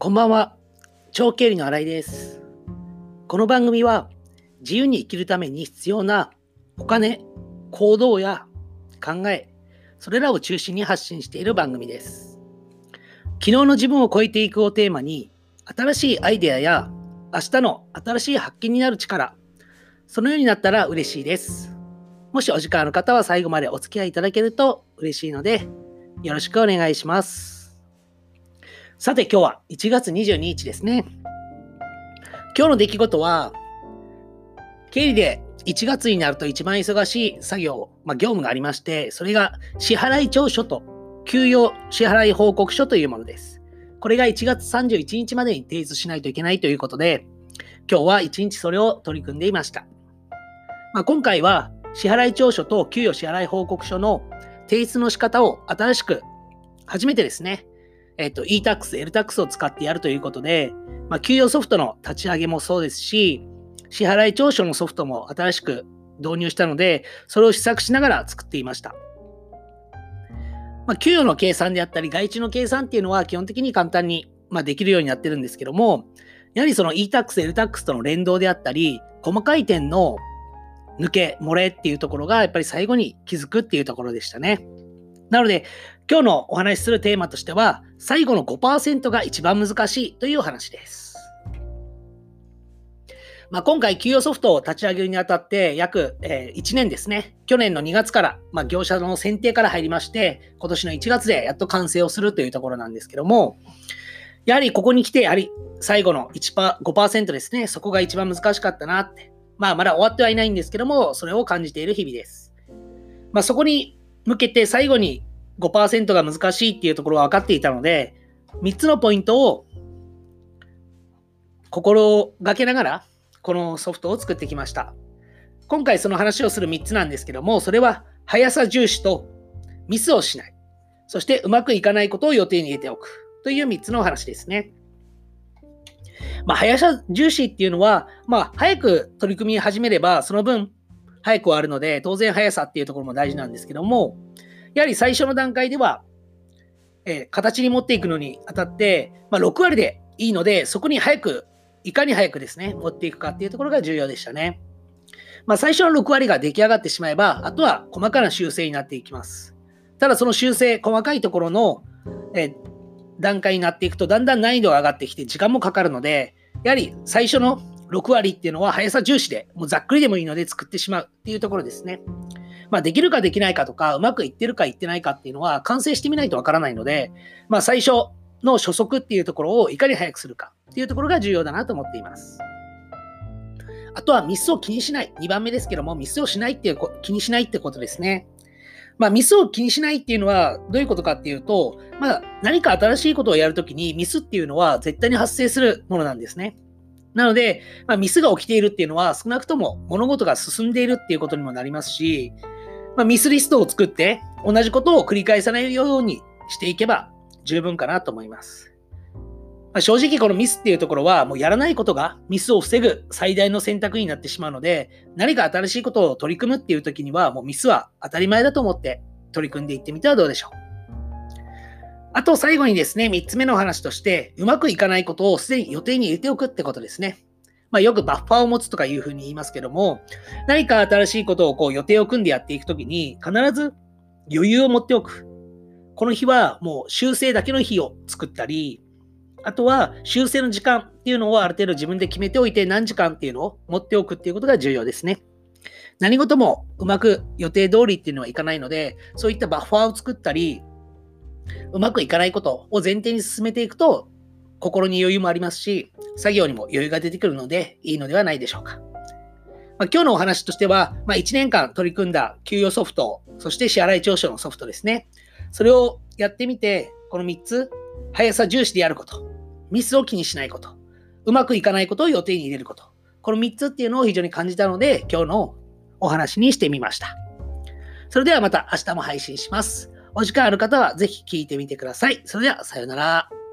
こんばんは。長経理の新井です。この番組は自由に生きるために必要なお金、行動や考え、それらを中心に発信している番組です。昨日の自分を超えていくをテーマに、新しいアイデアや明日の新しい発見になる力、そのようになったら嬉しいです。もしお時間ある方は最後までお付き合いいただけると嬉しいので、よろしくお願いします。さて今日は1月22日ですね。今日の出来事は、経理で1月になると一番忙しい作業、業務がありまして、それが支払調書と給与支払報告書というものです。これが1月31日までに提出しないといけないということで、今日は1日それを取り組んでいました。今回は支払調書と給与支払報告書の提出の仕方を新しく初めてですね、e-tax、l-tax を使ってやるということで、給与ソフトの立ち上げもそうですし、支払調書のソフトも新しく導入したので、それを試作しながら作っていました。給与の計算であったり、外注の計算っていうのは基本的に簡単に、できるようになってるんですけども、やはりその e-tax、l-tax との連動であったり、細かい点の抜け、漏れっていうところがやっぱり最後に気づくっていうところでしたね。なので、今日のお話しするテーマとしては、最後の 5% が一番難しいというお話です。今回、給与ソフトを立ち上げるにあたって約1年ですね。去年の2月から、業者の選定から入りまして、今年の1月でやっと完成をするというところなんですけども、やはりここに来て、最後の 5% ですね。そこが一番難しかったなって。まだ終わってはいないんですけども、それを感じている日々です。そこに向けて最後に 5% が難しいっていうところは分かっていたので、3つのポイントを心がけながらこのソフトを作ってきました。今回その話をする3つなんですけども、それは速さ重視とミスをしない、そしてうまくいかないことを予定に入れておくという3つのお話ですね。速さ重視っていうのは、早く取り組み始めればその分早く終わるので、当然速さっていうところも大事なんですけども、やはり最初の段階では、形に持っていくのにあたって、6割でいいので、そこにいかに早くですね、持っていくかっていうところが重要でしたね。最初の6割が出来上がってしまえば、あとは細かな修正になっていきます。ただその修正、細かいところの、段階になっていくと、だんだん難易度が上がってきて時間もかかるので、やはり最初の6割っていうのは速さ重視で、もうざっくりでもいいので作ってしまうっていうところですね。できるかできないかとか、うまくいってるかいってないかっていうのは完成してみないとわからないので、最初の初速っていうところをいかに早くするかっていうところが重要だなと思っています。あとはミスを気にしない。2番目ですけども、ミスを気にしないってことですね。ミスを気にしないっていうのはどういうことかっていうと、何か新しいことをやるときにミスっていうのは絶対に発生するものなんですね。なので、ミスが起きているっていうのは少なくとも物事が進んでいるっていうことにもなりますし、ミスリストを作って同じことを繰り返さないようにしていけば十分かなと思います。正直このミスっていうところはもうやらないことがミスを防ぐ最大の選択になってしまうので、何か新しいことを取り組むっていう時にはもうミスは当たり前だと思って取り組んでいってみてはどうでしょう。あと最後にですね、3つ目の話として、うまくいかないことをすでに予定に入れておくってことですね。よくバッファーを持つとかいうふうに言いますけども、何か新しいことを予定を組んでやっていくときに、必ず余裕を持っておく。この日はもう修正だけの日を作ったり、あとは修正の時間っていうのをある程度自分で決めておいて、何時間っていうのを持っておくっていうことが重要ですね。何事もうまく予定通りっていうのはいかないので、そういったバッファーを作ったり、うまくいかないことを前提に進めていくと、心に余裕もありますし、作業にも余裕が出てくるのでいいのではないでしょうか。今日のお話としては、1年間取り組んだ給与ソフト、そして支払調書のソフトですね。それをやってみて、この3つ、速さ重視でやること、ミスを気にしないこと、うまくいかないことを予定に入れること、この3つっていうのを非常に感じたので、今日のお話にしてみました。それではまた明日も配信します。お時間ある方はぜひ聞いてみてください。それではさようなら。